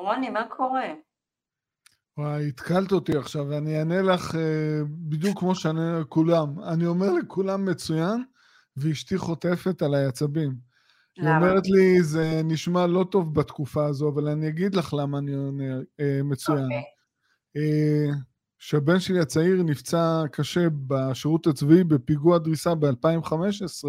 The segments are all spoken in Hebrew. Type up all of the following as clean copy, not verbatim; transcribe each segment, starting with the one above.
רוני, מה קורה? וואי, התקלת אותי עכשיו, ואני אענה לך בדיוק כמו שאני אענה לכולם. אני אומר לכולם מצוין, ואשתי חוטפת על העצבים. היא למה? אומרת לי, זה נשמע לא טוב בתקופה הזו, אבל אני אגיד לך למה אני עונה מצוין. אוקיי. שהבן שלי הצעיר נפצע קשה בשירות הצבאי בפיגוע דריסה ב-2015,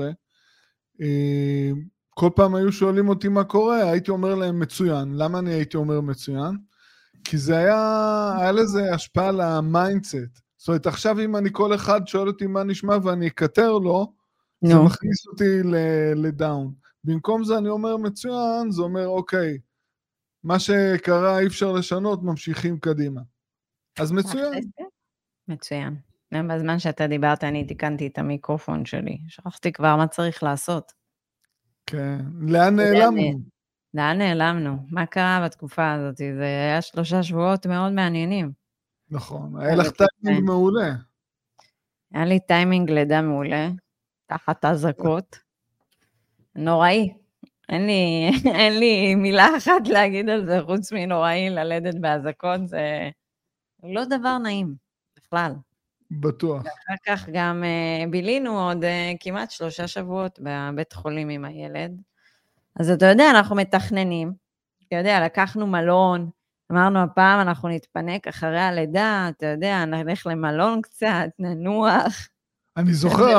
כל פעם היו שואלים אותי מה קורה, הייתי אומר להם מצוין. למה אני הייתי אומר מצוין? כי זה היה לזה השפעה על המיינדסט. זאת אומרת, עכשיו אם אני כל אחד שואל אותי מה נשמע ואני אקטר לו, זה מכניס אותי לדאון. במקום זה אני אומר מצוין, זה אומר אוקיי, מה שקרה אי אפשר לשנות, ממשיכים קדימה. אז מצוין. מצוין. בזמן שאתה דיברת אני תיקנתי את המיקרופון שלי. שכחתי כבר מה צריך לעשות. כן. לאן נעלמנו? לאן נעלמנו? מה קרה בתקופה הזאת? זה היה 3 שבועות מאוד מעניינים. נכון. היה לך טיימינג מעולה. היה לי טיימינג לידה מעולה, תחת אזעקות. נוראי. אין לי מילה אחת להגיד על זה, חוץ מנוראי ללדת באזעקות, זה לא דבר נעים, בכלל. בטוח. ואחר כך גם בילינו עוד כמעט 3 שבועות בבית חולים עם הילד. אז אתה יודע, אנחנו מתכננים, אתה יודע, לקחנו מלון, אמרנו הפעם אנחנו נתפנק אחרי הלידה, אתה יודע, נלך למלון קצת, ננוח. אני זוכר,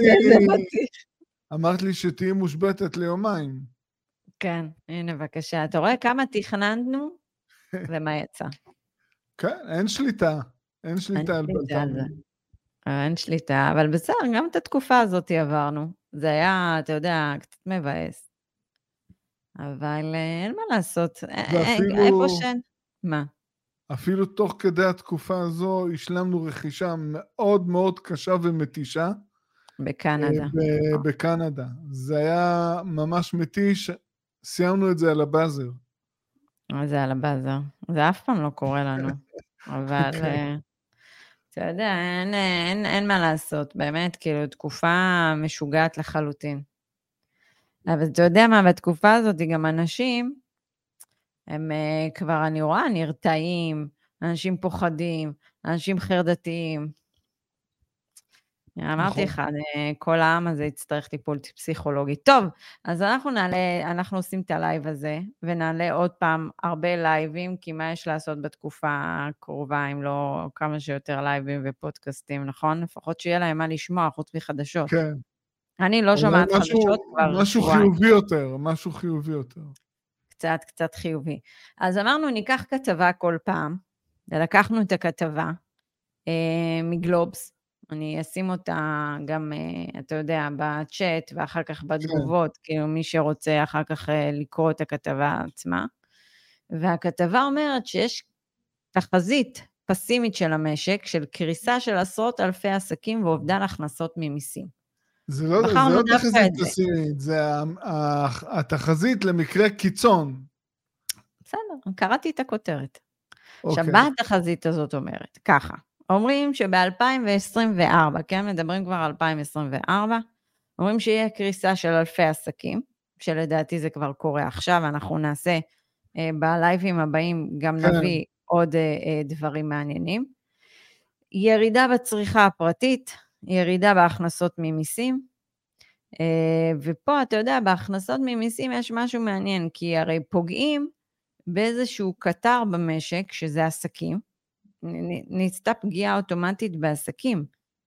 אמרת לי שתהי מושבתת ליומיים. כן, הנה בבקשה. אתה רואה כמה תכננו ומה יצא. כן, אין שליטה. אין שליטה על בלת"ם. אין שליטה, אבל בסדר, גם את התקופה הזאת עברנו. זה היה, אתה יודע, קצת מבאס. אבל אין מה לעשות. איפה שאין? מה? אפילו תוך כדי התקופה הזו השלמנו רכישה מאוד מאוד קשה ומתישה. בקנדה. בקנדה. זה היה ממש מתיש, סיימנו את זה על הבאזר. זה על הבאזר. זה אף פעם לא קורה לנו. אבל אתה יודע, אין מה לעשות. באמת, כאילו, תקופה משוגעת לחלוטין. אבל אתה יודע מה, בתקופה הזאת גם אנשים, הם כבר, אני רואה, נרתעים, אנשים פוחדים, אנשים חרדתיים. אמרתי לך, כל העם הזה יצטרך טיפול פסיכולוגי. טוב, אז אנחנו עושים את הלייב הזה, ונעלה עוד פעם הרבה לייבים, כי מה יש לעשות בתקופה הקרובה, אם לא כמה שיותר לייבים ופודקאסטים, נכון? לפחות שיהיה להם מה לשמוע, חוץ מחדשות. כן. אני לא שומעת חדשות כבר משהו חיובי יותר, משהו חיובי יותר. קצת חיובי. אז אמרנו, ניקח כתבה כל פעם, ולקחנו את הכתבה מגלובס, אני אשים אותה גם, אתה יודע, בצ'אט, ואחר כך בתגובות, כאילו מי שרוצה אחר כך לקרוא את הכתבה עצמה, והכתבה אומרת שיש תחזית פסימית של המשק, של קריסה של עשרות אלפי עסקים, ואובדן הכנסות ממיסים. זה לא תחזית פסימית, זה התחזית למקרה קיצון. בסדר, קראתי את הכותרת. עכשיו, מה התחזית הזאת אומרת? ככה, אומרים שב-2024, כן, מדברים כבר על 2024, אומרים שיהיה קריסה של אלפי עסקים, שלדעתי זה כבר קורה עכשיו, אנחנו נעשה בלייבים הבאים, גם נביא עוד דברים מעניינים. ירידה בצריכה הפרטית, ירידה בהכנסות ממיסים, ופה אתה יודע, בהכנסות ממיסים יש משהו מעניין, כי הרי פוגעים באיזשהו קטר במשק, שזה עסקים, נצטה פגיעה אוטומטית בעסקים,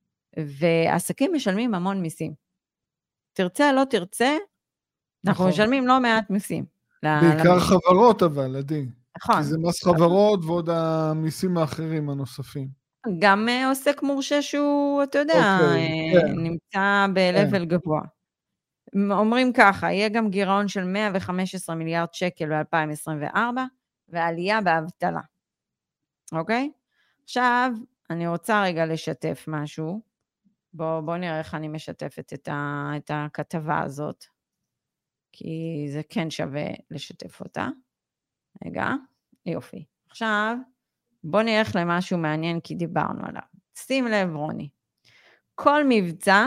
ועסקים משלמים המון מיסים. תרצה, לא תרצה, אנחנו משלמים לא מעט מיסים. בעיקר חברות אבל, עדי. נכון. כי זה מס חברות ועוד המיסים האחרים הנוספים. גם עוסק מורשה שהוא, אתה יודע, נמצא ב-level גבוה. אומרים ככה, יהיה גם גירעון של 115 מיליארד שקל ב-2024, ועלייה באבטלה. אוקיי? עכשיו, אני רוצה רגע לשתף משהו. בוא נראה איך אני משתפת את הכתבה הזאת, כי זה כן שווה לשתף אותה. רגע, יופי. עכשיו, בוא נלך למשהו מעניין, כי דיברנו עליו. שים לב, רוני. כל מבצע,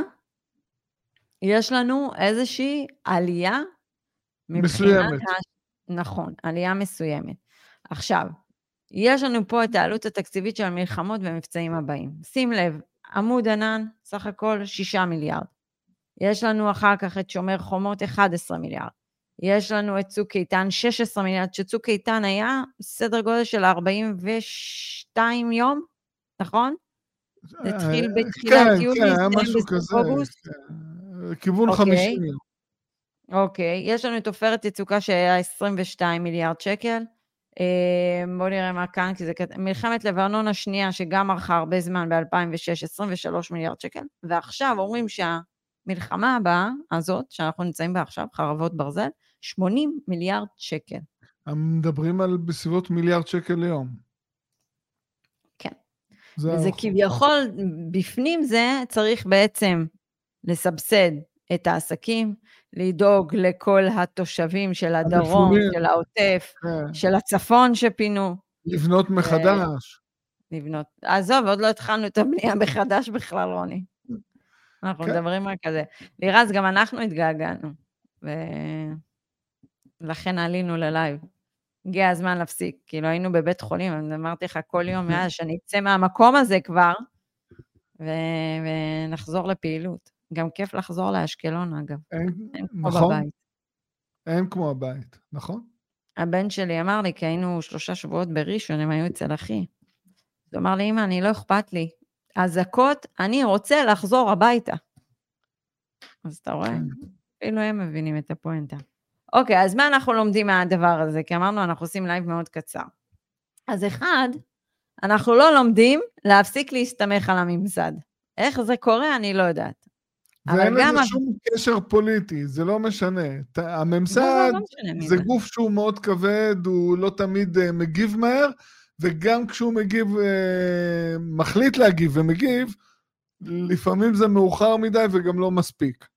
יש לנו איזושהי עלייה מסוימת. נכון, עלייה מסוימת. עכשיו, יש לנו פה את העלות התקציבית של המלחמות והמבצעים הבאים. שים לב, עמוד ענן, סך הכל 6 מיליארד. יש לנו אחר כך את שומר חומות 11 מיליארד. יש לנו את צוק איתן 16 מיליארד, שצוק איתן היה סדר גודל של 42 יום, נכון? זה התחיל בתחילת יולי, כן, משהו כזה, כיוון 50 יום. אוקיי, יש לנו את עופרת יצוקה שהיה 22 מיליארד שקל, בואו נראה מה כאן, כי זה מלחמת לבנון השנייה, שגם ארכה הרבה זמן ב-2006, 23 מיליארד שקל, ועכשיו אומרים שהמלחמה הבאה הזאת, שאנחנו נמצאים בה עכשיו, חרבות ברזל, 80 מיליארד שקל. הם מדברים על בסביבות מיליארד שקל ליום. כן. וזה כביכול, בפנים זה צריך בעצם לסבסד את העסקים, לדאוג לכל התושבים של הדרום, של העוטף, של הצפון שפינו. לבנות מחדש. לבנות. עזוב, עוד לא התחלנו את הבנייה מחדש בכלל, רוני. אנחנו מדברים רק כזה. לירז, גם אנחנו התגעגענו. ולכן עלינו ללייב. הגיע הזמן להפסיק. כאילו היינו בבית חולים, אני אמרתי לך כל יום מאז שאני אצא מהמקום הזה כבר, ונחזור לפעילות. גם כיף לחזור לאשקלון, אגב. אין כמו בבית. אין כמו הבית, נכון? הבן שלי אמר לי, כי היינו 3 שבועות בראשון, הם היו אצל אחי. הוא אמר לי, אמא, אני לא אכפת לי. הזקות, אני רוצה לחזור הביתה. אז אתה רואה? אפילו הם מבינים את הפואנטה. אוקיי, אז מה אנחנו לומדים מהדבר הזה? כי אמרנו, אנחנו עושים לייב מאוד קצר. אז אחד, אנחנו לא לומדים להפסיק להסתמך על הממסד. איך זה קורה, אני לא יודעת. ואין לזה שום קשר פוליטי, זה לא משנה. הממסד זה גוף שהוא מאוד כבד, הוא לא תמיד מגיב מהר, וגם כשהוא מגיב, מחליט להגיב ומגיב, לפעמים זה מאוחר מדי וגם לא מספיק.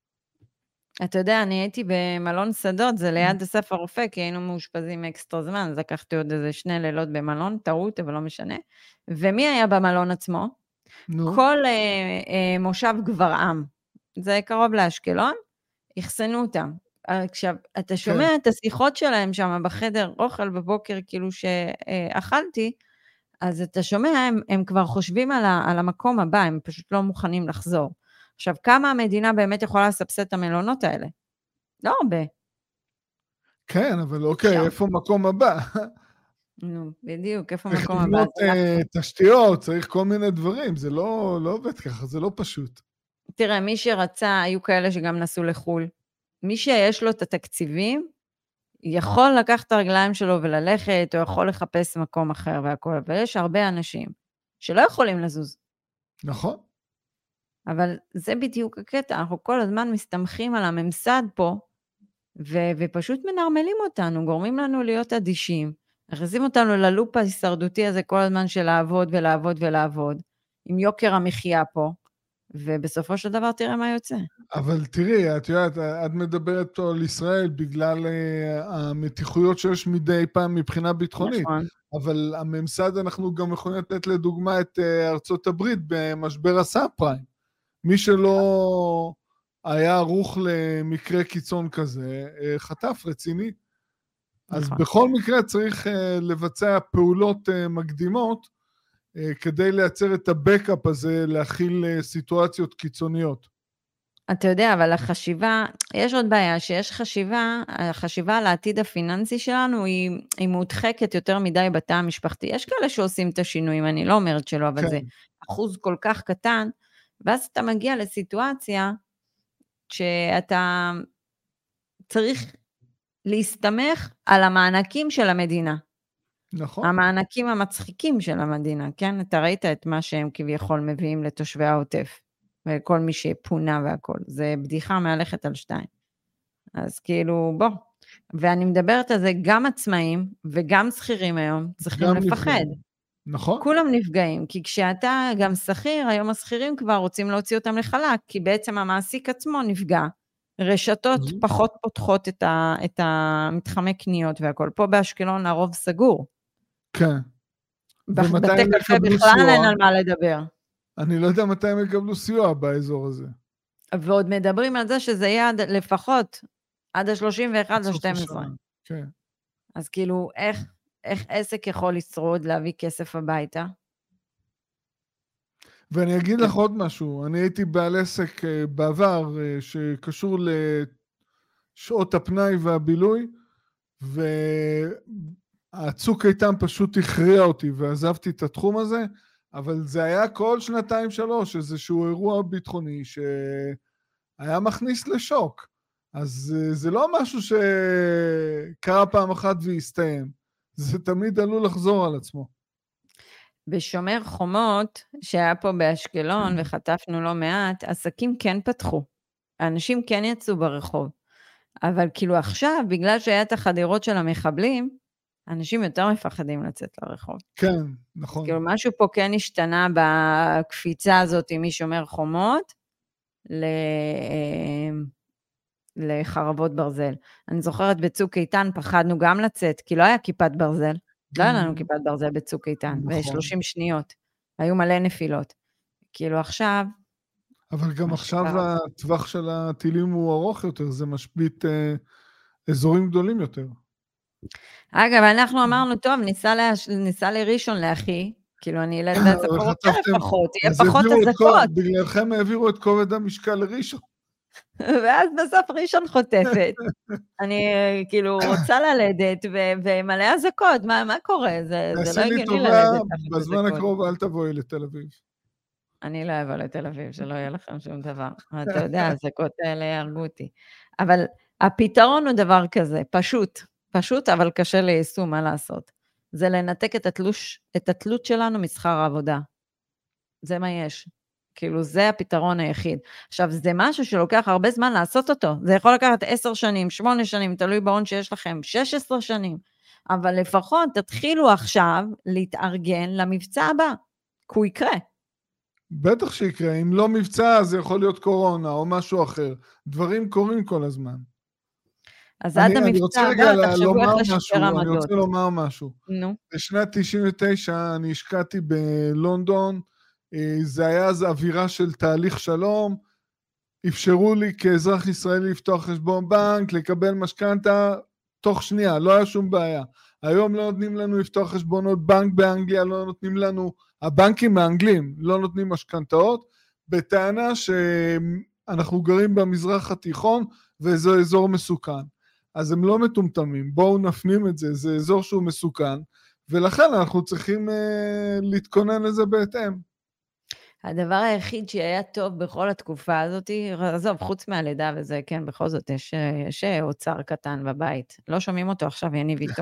אתה יודע, אני הייתי במלון שדות, זה ליד אסף הרופא, כי היינו מאושפזים אקסטרה זמן, אז לקחתי עוד איזה 2 לילות במלון, טעות, אבל לא משנה. ומי היה במלון עצמו? כל מושב גברעם. זה קרוב לאשקלון, יחסנו אותם. עכשיו, אתה שומע את השיחות שלהם שם בחדר אוכל בבוקר, כאילו שאכלתי, אז אתה שומע, הם כבר חושבים על המקום הבא, הם פשוט לא מוכנים לחזור. עכשיו, כמה המדינה באמת יכולה לסבסד את המלונות האלה? לא הרבה. כן, אבל אוקיי, איפה מקום הבא? נו, בדיוק, איפה מקום הבא? צריך לבנות תשתיות, צריך כל מיני דברים, זה לא עובד ככה, זה לא פשוט. תראה, מי שרצה, היו כאלה שגם נסעו לחול. מי שיש לו את התקציבים, יכול לקחת את הרגליים שלו וללכת, או יכול לחפש מקום אחר והכל, אבל יש הרבה אנשים שלא יכולים לזוז. נכון. אבל זה בדיוק הקטע, אנחנו כל הזמן מסתמכים על הממסד פה, ופשוט מנרמלים אותנו, גורמים לנו להיות אדישים, מכניסים אותנו ללופ ההישרדותי הזה כל הזמן של לעבוד ולעבוד ולעבוד, עם יוקר המחיה פה, ובסופו של דבר תראה מה יוצא. אבל תראי, את יודעת, את מדברת פה על ישראל בגלל המתיחויות שיש מדי פעם מבחינה ביטחונית. נכון. אבל הממסד אנחנו גם יכולים לתת לדוגמה את ארצות הברית במשבר הסאב פריים. מי שלא היה ערוך למקרה קיצון כזה, חטף רציני. אז בכל מקרה צריך לבצע פעולות מקדימות, כדי לייצר את הבקאפ הזה, להכיל סיטואציות קיצוניות. אתה יודע, אבל החשיבה, יש עוד בעיה, שיש חשיבה, החשיבה על העתיד הפיננסי שלנו, היא מודחקת יותר מדי בתא המשפחתי. יש כאלה שעושים את השינויים, אני לא אומרת שלא, אבל זה אחוז כל כך קטן, ואז אתה מגיע לסיטואציה, שאתה צריך להסתמך על המענקים של המדינה. נכון. המענקים המצחיקים של המדינה, כן? אתה ראית את מה שהם כביכול מביאים לתושבי העוטף, וכל מי שפונה והכל. זה בדיחה מהלכת על 2. אז כאילו, בוא. ואני מדברת על זה, גם עצמאים וגם שכירים היום צריכים לפחד. נכון. כולם נפגעים, כי כשאתה גם שכיר, היום השכירים כבר רוצים להוציא אותם לחל"ת, כי בעצם המעסיק עצמו נפגע. רשתות פחות פותחות את המתחמי קניות והכל. פה באשקלון הרוב סגור. כן. בתי קפה בכלל אין על מה לדבר. אני לא יודע מתי הם יקבלו סיוע באזור הזה. ועוד מדברים על זה שזה יהיה לפחות עד ה-31 ל-12. כן. אז כאילו, איך עסק יכול לשרוד, להביא כסף הביתה? ואני אגיד לך עוד משהו, אני הייתי בעל עסק בעבר שקשור לשעות הפנאי והבילוי, והצוק איתן פשוט הכריע אותי ועזבתי את התחום הזה, אבל זה היה כל 2-3 איזשהו אירוע ביטחוני שהיה מכניס לשוק. אז זה לא משהו שקרה פעם אחת והסתיים, זה תמיד עלול לחזור על עצמו. בשומר חומות, שהיה פה באשקלון וחטפנו לא מעט, עסקים כן פתחו. האנשים כן יצאו ברחוב. אבל כאילו עכשיו, בגלל שהיה את החדירות של המחבלים, אנשים יותר מפחדים לצאת לרחוב. כן, נכון. כאילו משהו פה כן השתנה בקפיצה הזאת משומר חומות לחרבות ברזל. אני זוכרת בצוק איתן פחדנו גם לצאת, כי לא היה כיפת ברזל. לא היה לנו כיפת ברזל בצוק איתן, ב-30 שניות. היו מלא נפילות. כאילו עכשיו... אבל גם עכשיו הטווח של הטילים הוא ארוך יותר, זה משבית אזורים גדולים יותר. אגב, אנחנו אמרנו, טוב, ניסע לראשון לאחי, כאילו אני ילד בהצפות לפחות, יהיה פחות אזעקות. בגללכם העבירו את כובד המשקל לראשון. ואז בסוף ראשון חוטפת. אני כאילו רוצה ללדת ומלא אזעקות, מה קורה? זה לא הגיוני ללדת. תעשי לי טובה, בזמן הקרוב אל תבואי לתל אביב. אני לא אבוא לתל אביב, שלא יהיה לכם שום דבר. אתה יודע, האזעקות האלה יהרגו אותי. אבל הפתרון הוא דבר כזה, פשוט, אבל קשה ליישום, מה לעשות? זה לנתק את התלות שלנו משכר העבודה. זה מה יש. כאילו, זה הפתרון היחיד. עכשיו, זה משהו שלוקח הרבה זמן לעשות אותו. זה יכול לקחת 10 שנים, 8 שנים, תלוי בהון שיש לכם, 16 שנים. אבל לפחות תתחילו עכשיו להתארגן למבצע הבא, כי הוא יקרה. בטח שיקרה. אם לא מבצע, זה יכול להיות קורונה או משהו אחר. דברים קורים כל הזמן. אז עד המבצע הבא, תחשבו איך לשפר עמדות. אני רוצה לומר משהו. נו. בשנת 99 אני השקעתי בלונדון, זה היה אז אווירה של תהליך שלום, אפשרו לי כאזרח ישראלי לפתוח חשבון בנק, לקבל משכנתה, תוך שנייה, לא היה שום בעיה. היום לא נותנים לנו לפתוח חשבונות בנק באנגליה, לא נותנים לנו, הבנקים האנגלים לא נותנים משכנתאות, בטענה שאנחנו גרים במזרח התיכון, וזה אזור מסוכן. אז הם לא מטומטמים, בואו נפנים את זה, זה אזור שהוא מסוכן, ולכן אנחנו צריכים להתכונן לזה בהתאם. הדבר היחיד שהיה טוב בכל התקופה הזאת, עזוב, חוץ מהלידה וזה, כן, בכל זאת יש אוצר קטן בבית. לא שומעים אותו עכשיו, יניב איתו.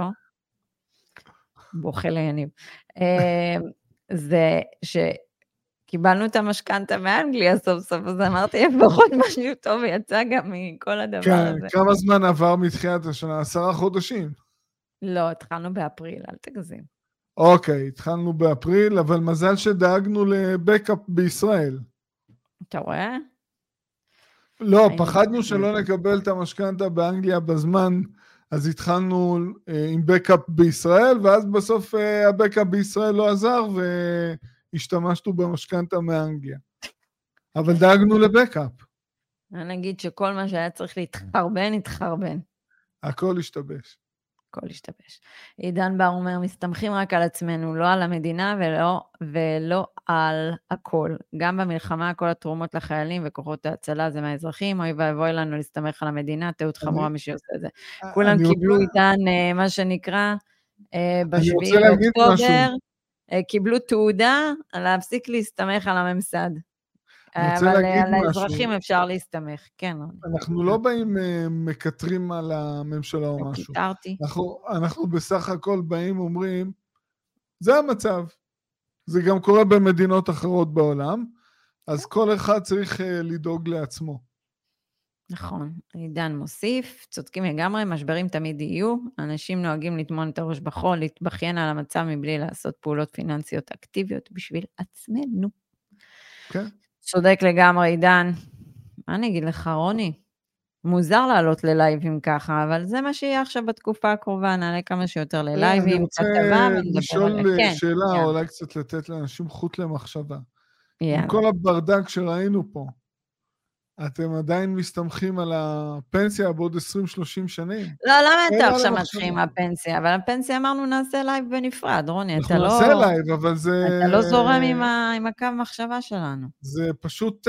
בוכה ליניב. זה שקיבלנו את המשכנתה מאנגליה סוף סוף, אז אמרתי, לפחות משהו טוב יצא גם מכל הדבר הזה. כן, כמה זמן עבר מתחילת השנה? 10 חודשים. לא, התחלנו באפריל, אל תגזים. אוקיי, התחלנו באפריל, אבל מזל שדאגנו לבקאפ בישראל. אתה רואה? לא, פחדנו שלא נקבל את המשכנתה באנגליה בזמן, אז התחלנו עם בקאפ בישראל, ואז בסוף הבקאפ בישראל לא עזר, והשתמשנו במשכנתה מאנגליה. אבל דאגנו לבקאפ. אני אגיד שכל מה שהיה צריך להתחרבן, התחרבן. הכל השתבש. הכל השתבש. עידן בר אומר, מסתמכים רק על עצמנו, לא על המדינה ולא על הכל. גם במלחמה, כל התרומות לחיילים וכוחות ההצלה זה מהאזרחים, אוי ואבוי לנו להסתמך על המדינה, תאות חמורה מי שעושה את זה. כולם קיבלו עידן, מה שנקרא, בשביעי באוקטובר, קיבלו תעודה להפסיק להסתמך על הממסד. אבל על האזרחים אפשר להסתמך, כן. אנחנו לא באים מקטרים על הממשלה או משהו. אנחנו בסך הכל באים אומרים, זה המצב. זה גם קורה במדינות אחרות בעולם, אז כל אחד צריך לדאוג לעצמו. נכון, עידן מוסיף, צודקים לגמרי, משברים תמיד יהיו, אנשים נוהגים לטמון את הראש בחול, להתבכיין על המצב מבלי לעשות פעולות פיננסיות אקטיביות בשביל עצמנו. כן. צודק לגמרי, עידן. מה אני אגיד לך, רוני? מוזר לעלות ללייבים ככה, אבל זה מה שיהיה עכשיו בתקופה הקרובה, נעלה כמה שיותר ללייבים, כתבה. אני רוצה לשאול שאלה, אולי קצת לתת לאנשים חוט למחשבה. עם כל הברדק שראינו פה, אתם עדיין מסתמכים על הפנסיה בעוד 20-30 שנים. לא, למה אתה עכשיו מתחיל עם הפנסיה? אבל הפנסיה אמרנו נעשה לייב בנפרד, רוני, אנחנו נעשה לייב, אבל זה... אתה לא זורם עם הקו מחשבה שלנו. זה פשוט...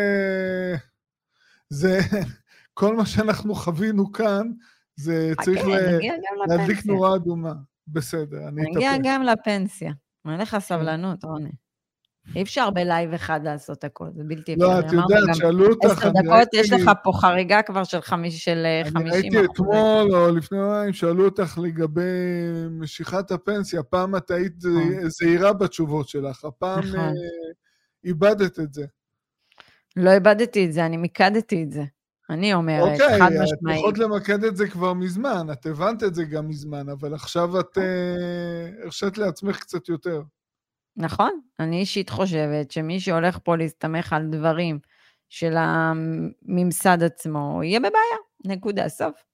זה... כל מה שאנחנו חווינו כאן, זה צריך להדליק נורה אדומה. בסדר, אני אתאפק. נגיע גם לפנסיה. אין לך סבלנות, רוני. אי אפשר בלייב אחד לעשות הכל, זה בלתי אפשרי. לא, את יודעת, שאלו אותך... 10 דקות, יש לך פה חריגה כבר של 50%. אני ראיתי אתמול, או לפני יומיים, שאלו אותך לגבי משיכת הפנסיה, פעם את היית זהירה בתשובות שלך, הפעם איבדת את זה. לא איבדתי את זה, אני מיקדתי את זה. אני אומרת, חד משמעית. אוקיי, את יכולת למקד את זה כבר מזמן, את הבנת את זה גם מזמן, אבל עכשיו את הרשת לעצמך קצת יותר. נכון, אני אישית חושבת שמי שהולך פה להסתמך על דברים של הממסד עצמו, יהיה בבעיה, נקודה, סוף.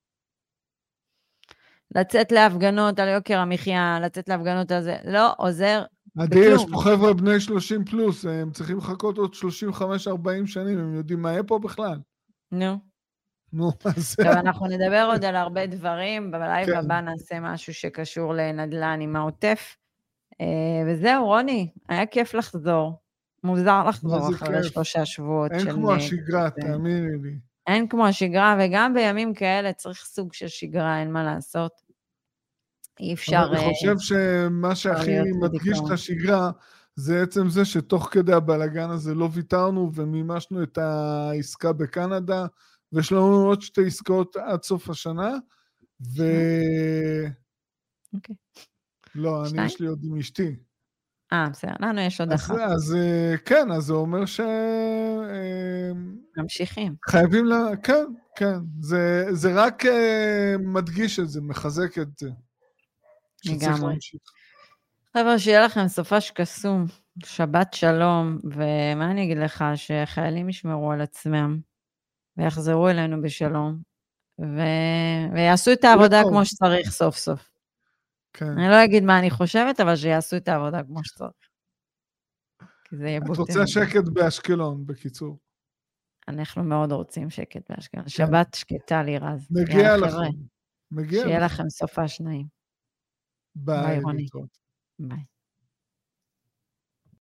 לצאת להפגנות על יוקר המחיה, לצאת להפגנות על זה, לא עוזר בכלום. יש פה חבר'ה בני 30 פלוס, הם צריכים לחכות עוד 35-40 שנים, הם יודעים מה יהיה פה בכלל. נו, אז... טוב, אנחנו נדבר עוד על הרבה דברים, בלייב הבא נעשה משהו שקשור לנדל"ן עם העוטף, וזהו, רוני, היה כיף לחזור. מוזר לחזור אחרי 3 שבועות. אין כמו השגרה, תאמיני לי. אין כמו השגרה, וגם בימים כאלה צריך סוג של שגרה, אין מה לעשות. אי אפשר... אני חושב שמה שהכי מדגיש את השגרה, זה עצם זה שתוך כדי הבלגן הזה לא ויתרנו, ומימשנו את העסקה בקנדה, ויש לנו עוד 2 עסקאות עד סוף השנה, אוקיי. לא, אני יש לי עוד עם אשתי. בסדר, לנו יש עוד אחת. אז כן, אז זה אומר ממשיכים. חייבים כן, כן. זה רק מדגיש את זה, מחזק את זה. לגמרי. חבר'ה, שיהיה לכם סופש קסום, שבת שלום, ומה אני אגיד לך, שחיילים ישמרו על עצמם, ויחזרו אלינו בשלום, ויעשו את העבודה כמו שצריך סוף סוף. אני לא אגיד מה אני חושבת, אבל שיעשו את העבודה כמו שצריך. כי זה יהיה בוטה. את רוצה שקט באשקלון, בקיצור. אנחנו מאוד רוצים שקט באשקלון. שבת שקטה לי, רז. מגיע לכם. שיהיה לכם סופה שניים. ביי. ביי.